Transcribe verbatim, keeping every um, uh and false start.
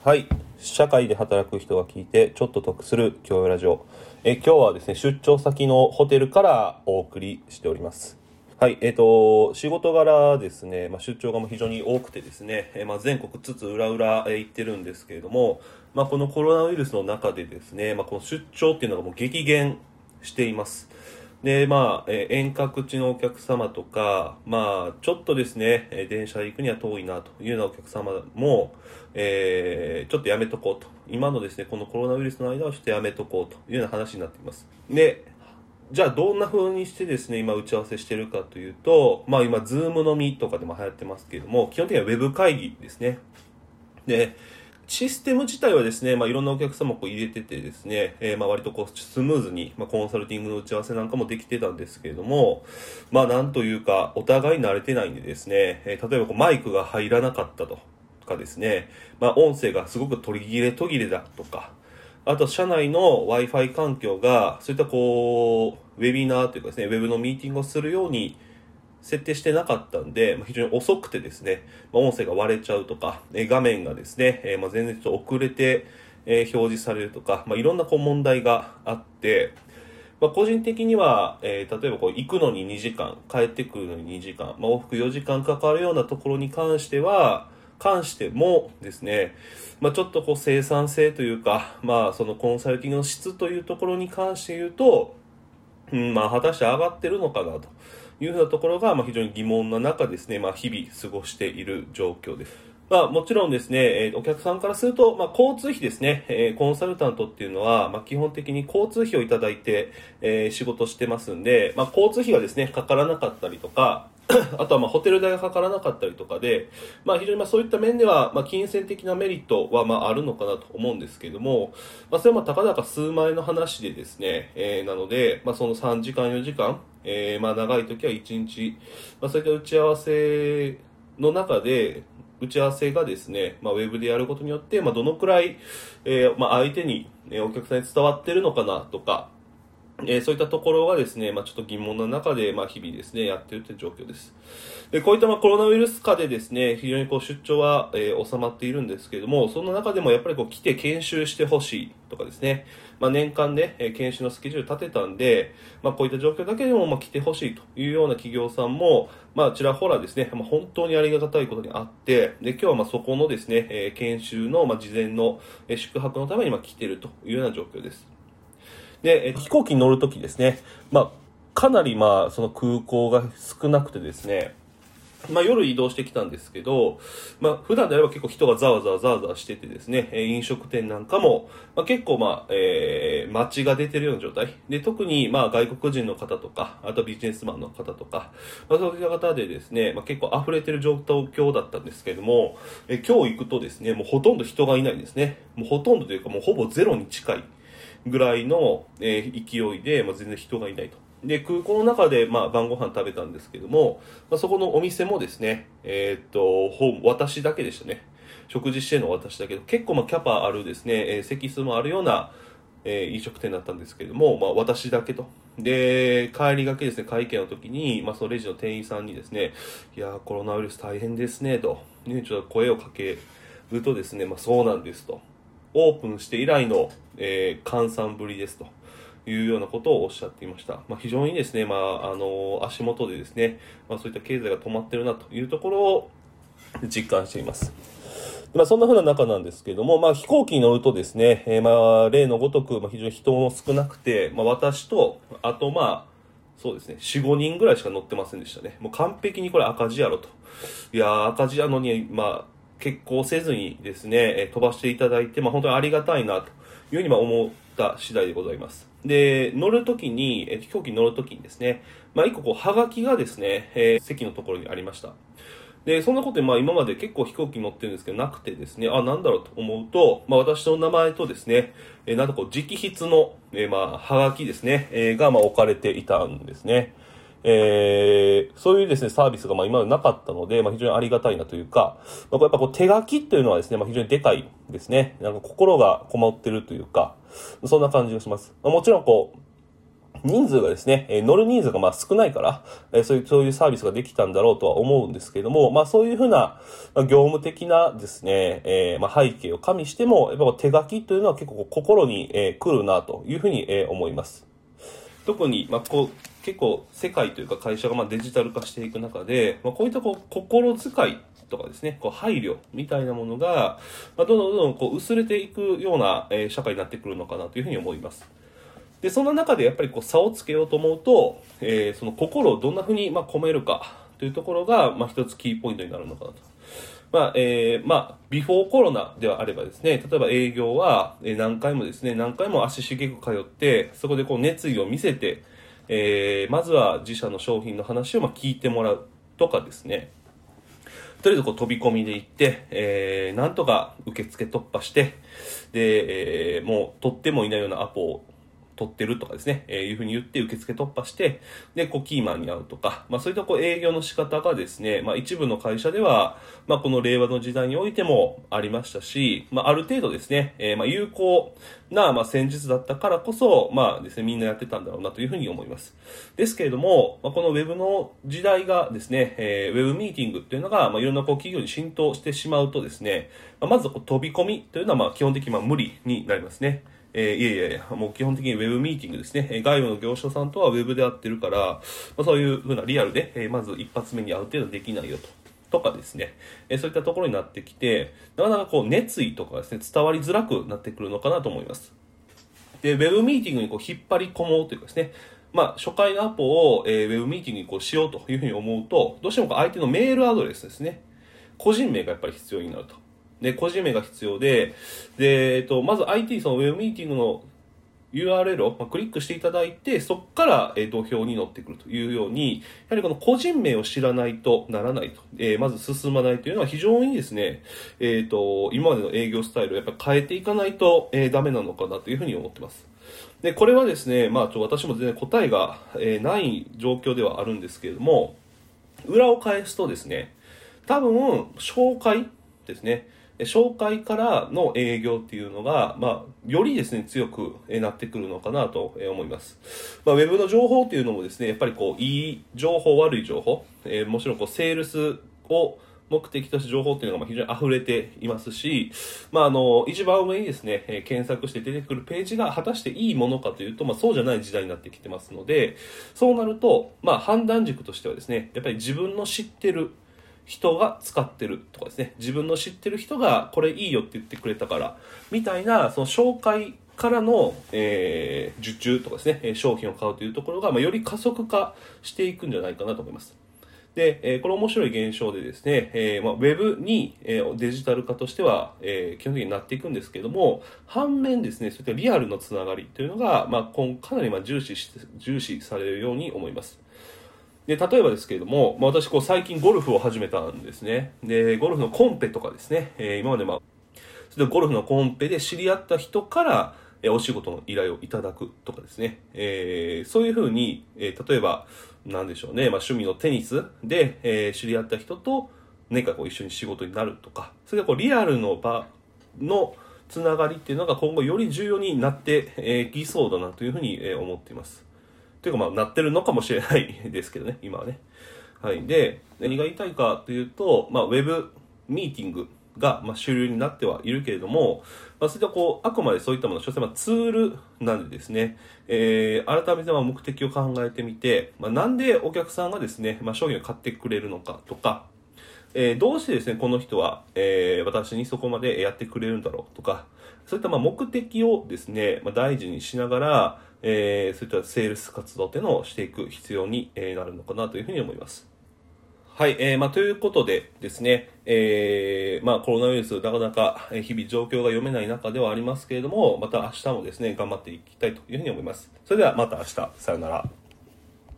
はい。社会で働く人が聞いてちょっと得する教養ラジオ。え今日はですね、出張先のホテルからお送りしております。はい。えっ、と、仕事柄ですね、まあ、出張がもう非常に多くてですね、えまあ、全国津々浦々え行ってるんですけれども、まあ、このコロナウイルスの中でですね、まあ、この出張っていうのがもう激減しています。で、まあ、えー遠隔地のお客様とか、まあ、ちょっとですね、えー電車で行くには遠いなというようなお客様も、えーちょっとやめとこうと。今のですね、このコロナウイルスの間はちょっとやめとこうというような話になっています。で、じゃあどんな風にしてですね、今打ち合わせしてるかというと、まあ今、ズームのみとかでも流行ってますけれども、基本的にはウェブ会議ですね。で、システム自体はですね、まあ、いろんなお客様をこう入れててですね、えー、まあ割とこうスムーズに、まあ、コンサルティングの打ち合わせなんかもできてたんですけれども、まあなんというか、お互い慣れてないんでですね、えー、例えばこうマイクが入らなかったとかですね、まあ音声がすごく途切れ途切れだとか、あと社内の Wi-Fi 環境が、そういったこう、ウェビナーというかですね、ウェブのミーティングをするように、設定してなかったんで、まあ、非常に遅くてですね、まあ、音声が割れちゃうとか、えー画面がですね、えーまあ、全然ちょっと遅れて、えー表示されるとか、まあ、いろんなこう問題があって、まあ、個人的には、えー例えばこう行くのににじかん、帰ってくるのににじかん、まあ、往復よじかんかかるようなところに関しては、関してもですね、まあ、ちょっとこう生産性というか、まあ、そのコンサルティングの質というところに関して言うと、うん、まあ、果たして上がってるのかなというふうなところが、まあ、非常に疑問な中ですね、まあ、日々過ごしている状況です。まあ、もちろんですね、えーお客さんからすると、まあ、交通費ですね、えーコンサルタントっていうのは、まあ、基本的に交通費をいただいて、えー仕事してますんで、まあ、交通費がですね、かからなかったりとか、あとはまあホテル代がかからなかったりとかで、まあ、非常にまあそういった面では、まあ、金銭的なメリットはまああるのかなと思うんですけれども、まあ、それはまあたかだか数万円の話でですね、えーなので、まあ、そのさんじかんよじかん、えーまあ長い時はいちにち、まあ、そういった打ち合わせの中で、打ち合わせがですね、まあ、ウェブでやることによって、まあ、どのくらい、えーまあ、相手に、えーお客さんに伝わってるのかなとか、えーそういったところがですね、まあ、ちょっと疑問な中で、まあ、日々ですね、やってるという状況です。で、こういったまあコロナウイルス禍でですね、非常にこう出張は、えー収まっているんですけれども、その中でもやっぱりこう来て研修してほしいとかですね、まあ、年間で、えー研修のスケジュール立てたんで、まあ、こういった状況だけでもまあ来てほしいというような企業さんも、まあ、ちらほらですね、まあ、本当にありがたいことにあって、で、今日はまあそこのですね、えー研修のまあ事前のえー宿泊のためにまあ来ているというような状況です。で、え飛行機に乗るときですね、まあ、かなりまあ、その空港が少なくてですね、まあ夜移動してきたんですけど、まあ普段であれば結構人がざわざわざわざわしててですね、えー飲食店なんかも、まあ、結構まあ、えー、街が出てるような状態。で、特にまあ外国人の方とか、あとビジネスマンの方とか、まあそういった方でですね、まあ結構溢れてる状況だったんですけれども、えー今日行くとですね、もうほとんど人がいないですね。もうほとんどというかもうほぼゼロに近いぐらいの、えー勢いで、まあ全然人がいないと。で、空港の中で、まあ、晩ご飯食べたんですけども、まあ、そこのお店もですね、えーっと、ほ私だけでしたね。食事してるのは私だけど、結構まあ、キャパあるですね、えー席数もあるような、えー飲食店だったんですけれども、まあ、私だけと。で、帰りがけですね、会計の時に、まあ、そのレジの店員さんにですね、いやー、コロナウイルス大変ですね、と。ね、ちょっと声をかけるとですね、まあ、そうなんですと。オープンして以来の、えー、換算ぶりですと。いうようなことをおっしゃっていました。まあ、非常にですね、まあ、あの、足元でですね、まあ、そういった経済が止まってるなというところを実感しています。まあ、そんな風な中なんですけども、まあ、飛行機に乗るとですね、えーまあ、例のごとく、まあ、非常に人も少なくて、まあ、私と、あと、まあ、そうですね、よん、ごにんぐらいしか乗ってませんでしたね。もう完璧にこれ赤字やろと。いやー、赤字やのに、まあ、結構せずにですね、えー飛ばしていただいて、まあ、本当にありがたいな、というふうにまあ思った次第でございます。で、乗るときに、えー飛行機に乗るときにですね、まあ、一個こう、はがきがですね、えー席のところにありました。で、そんなことで、まあ今まで結構飛行機に乗ってるんですけど、なくてですね、あ、なんだろうと思うと、まあ私の名前とですね、えーなんとこう、直筆の、えーまあ、はがきですね、えーが、まあ置かれていたんですね。えー、そういうですね、サービスがまあ今までなかったので、まあ非常にありがたいなというか、まあこうやっぱこう手書きっていうのはですね、まあ非常にでかいですね。なんか心がこもってるというか、そんな感じがします。まあ、もちろんこう、 人数がですね、えー乗る人数がまあ少ないから、えーそういう、そういうサービスができたんだろうとは思うんですけれども、まあそういうふうな、まあ、業務的なですね、えーまあ背景を加味しても、やっぱ手書きというのは結構心に、えー来るなというふうに、えー思います。特に、まあこう、結構世界というか会社がまあデジタル化していく中で、まあこういったこう、心遣いとかですね、こう配慮みたいなものが、まあ、どんどんどんどんこう薄れていくような、えー社会になってくるのかなというふうに思います。で、そんな中でやっぱりこう差をつけようと思うと、えーその心をどんな風にまあ込めるかというところが、まあ一つキーポイントになるのかなと。まあ、えー、まあ、ビフォーコロナではあればですね、例えば営業はえー何回もですね、何回も足しげく通って、そこでこう熱意を見せて、えーまずは自社の商品の話をまあ聞いてもらうとかですね、とりあえずこう飛び込みで行って、えー、なんとか受付突破して、で、えー、もう取ってもいないようなアポを取ってるとかですね、えー、いうふうに言って受付突破して、で、こうキーマンに会うとか、まあそういったこう営業の仕方がですね、まあ一部の会社では、まあこの令和の時代においてもありましたし、まあある程度ですね、えー、まあ有効な、まあ戦術だったからこそ、まあですね、みんなやってたんだろうなというふうに思います。ですけれども、まあこのウェブの時代がですね、えー、ウェブミーティングというのが、まあいろんなこう企業に浸透してしまうとですね、まあ、まずこう飛び込みというのはまあ基本的にまあ無理になりますね。えー、いやいやいや、もう基本的にウェブミーティングですね。えー外部の業者さんとはウェブで会ってるから、まあ、そういうふうなリアルで、えーまず一発目に会う程度できないよと。とかですね、えーそういったところになってきて、なかなかこう熱意とかですね、伝わりづらくなってくるのかなと思います。で、ウェブミーティングにこう引っ張り込もうというかですね、まあ、初回のアポを、えーウェブミーティングにこうしようというふうに思うと、どうしてもこう相手のメールアドレスですね、個人名がやっぱり必要になると。で、個人名が必要で、で、えっと、まず アイティー、そのウェブミーティングの ユーアールエル をクリックしていただいて、そこから土俵に乗ってくるというように、やはりこの個人名を知らないとならないと、えー、まず進まないというのは非常にですね、えっと、今までの営業スタイルをやっぱり変えていかないと、えー、ダメなのかなというふうに思ってます。で、これはですね、まあ、ちょ私も全然答えが、えー、ない状況ではあるんですけれども、裏を返すとですね、多分、紹介ですね。紹介からの営業っていうのが、まあ、よりですね、強くなってくるのかなと思います。まあ、ウェブの情報っていうのもですね、やっぱりこう、いい情報、悪い情報、えー、もちろんこう、セールスを目的として情報っていうのが非常に溢れていますし、まあ、あの、一番上にですね、えー、検索して出てくるページが果たしていいものかというと、まあ、そうじゃない時代になってきてますので、そうなると、まあ、判断軸としてはですね、やっぱり自分の知ってる人が使ってるとかですね、自分の知ってる人がこれいいよって言ってくれたからみたいな、その紹介からの、えー、受注とかですね、商品を買うというところが、まあ、より加速化していくんじゃないかなと思います。で、えー、これ面白い現象でですね、えーまあ、ウェブに、えー、デジタル化としては、えー、基本的になっていくんですけれども、反面ですね、そういったリアルのつながりというのが、まあ、今かなりまあ重視し重視されるように思います。で、例えばですけれども、まあ、私こう最近ゴルフを始めたんですね。で、ゴルフのコンペとかですね、えー、今までまあ、それでゴルフのコンペで知り合った人から、えー、お仕事の依頼をいただくとかですね、えー、そういうふうに、えー、例えば、なんでしょうね、まあ、趣味のテニスで、えー、知り合った人と何かこう一緒に仕事になるとか、それがこうリアルの場のつながりっていうのが今後より重要になってきそうだなというふうに思っています。というかまあなってるのかもしれないですけどね、今はね。はい。で、何が言いたいかというと、まあウェブミーティングがまあ主流になってはいるけれども、まあそういったこう、あくまでそういったもの、所詮まあツールなんでですね、えー、改めてまあ目的を考えてみて、まあなんでお客さんがですね、まあ商品を買ってくれるのかとか、えー、どうしてですね、この人は、えー、私にそこまでやってくれるんだろうとか、そういったまあ目的をですね、まあ、大事にしながら、えー、そういったセールス活動っていうのをしていく必要になるのかなというふうに思います。はい、えー、まあ、ということでですね、えー、まあ、コロナウイルス、なかなか日々状況が読めない中ではありますけれども、また明日もですね、頑張っていきたいというふうに思います。それではまた明日、さよなら。